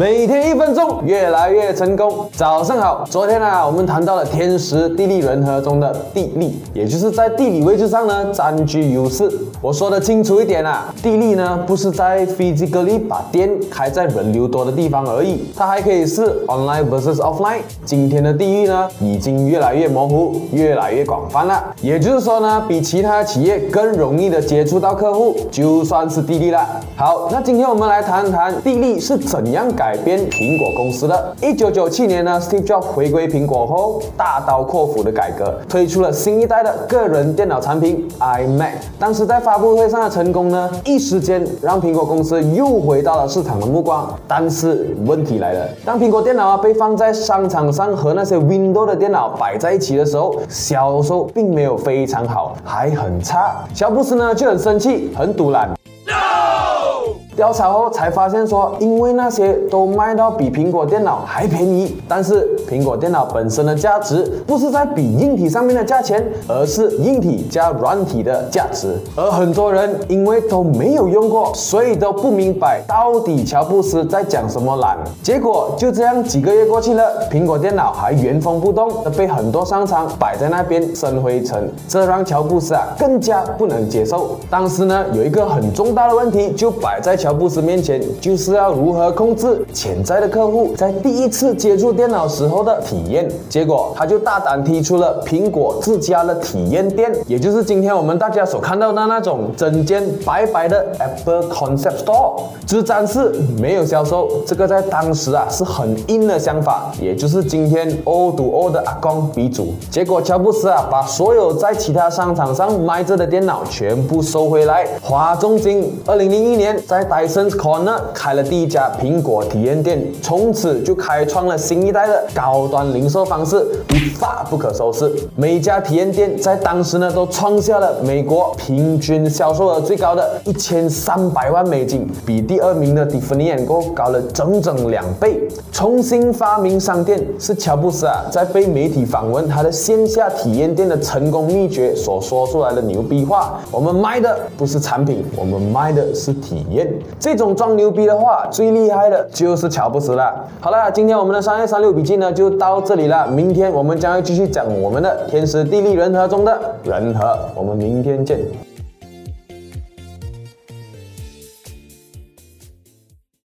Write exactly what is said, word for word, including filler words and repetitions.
每天一分钟，越来越成功。早上好，昨天啊，我们谈到了天时地利人和中的地利，也就是在地理位置上呢占据优势。我说的清楚一点啊，地利呢不是在 physically 把店开在人流多的地方而已，它还可以是 online versus offline。今天的地利呢已经越来越模糊，越来越广泛了。也就是说呢，比其他企业更容易的接触到客户，就算是地利了。好，那今天我们来谈谈地利是怎样改变苹果公司的。一九九七年呢 ，Steve Jobs 回归苹果后，大刀阔斧的改革，推出了新一代的个人电脑产品 iMac。当时在发布会上的成功呢，一时间让苹果公司又回到了市场的目光。但是问题来了，当苹果电脑啊被放在商场上和那些 Windows 的电脑摆在一起的时候，销售并没有非常好，还很差。乔布斯呢就很生气，很堵拦。调查后才发现说，因为那些都卖到比苹果电脑还便宜，但是苹果电脑本身的价值不是在比硬体上面的价钱，而是硬体加软体的价值。而很多人因为都没有用过，所以都不明白到底乔布斯在讲什么懒。结果就这样几个月过去了，苹果电脑还原封不动的被很多商场摆在那边生灰尘，这让乔布斯啊更加不能接受。当时呢有一个很重大的问题就摆在乔布斯面前，就是要如何控制潜在的客户在第一次接触电脑时候的体验。结果他就大胆提出了苹果自家的体验店，也就是今天我们大家所看到的那种整间白白的 Apple Concept Store， 只展示没有销售。这个在当时啊是很硬的想法，也就是今天 O to O 的阿公鼻祖。结果乔布斯啊把所有在其他商场上卖着的电脑全部收回来，花重金。二零零一年在Tysons Corner 开了第一家苹果体验店，从此就开创了新一代的高端零售方式，一发不可收拾。每家体验店在当时呢都创下了美国平均销售额最高的一千三百万美金，比第二名的 Tiffany and Co 高了整整两倍。重新发明商店是乔布斯啊在被媒体访问他的线下体验店的成功秘诀所说出来的牛逼话：我们卖的不是产品，我们卖的是体验。这种装牛逼的话，最厉害的就是乔布斯了。好了，今天我们的商业三六笔记呢就到这里了。明天我们将会继续讲我们的天时地利人和中的人和，我们明天见。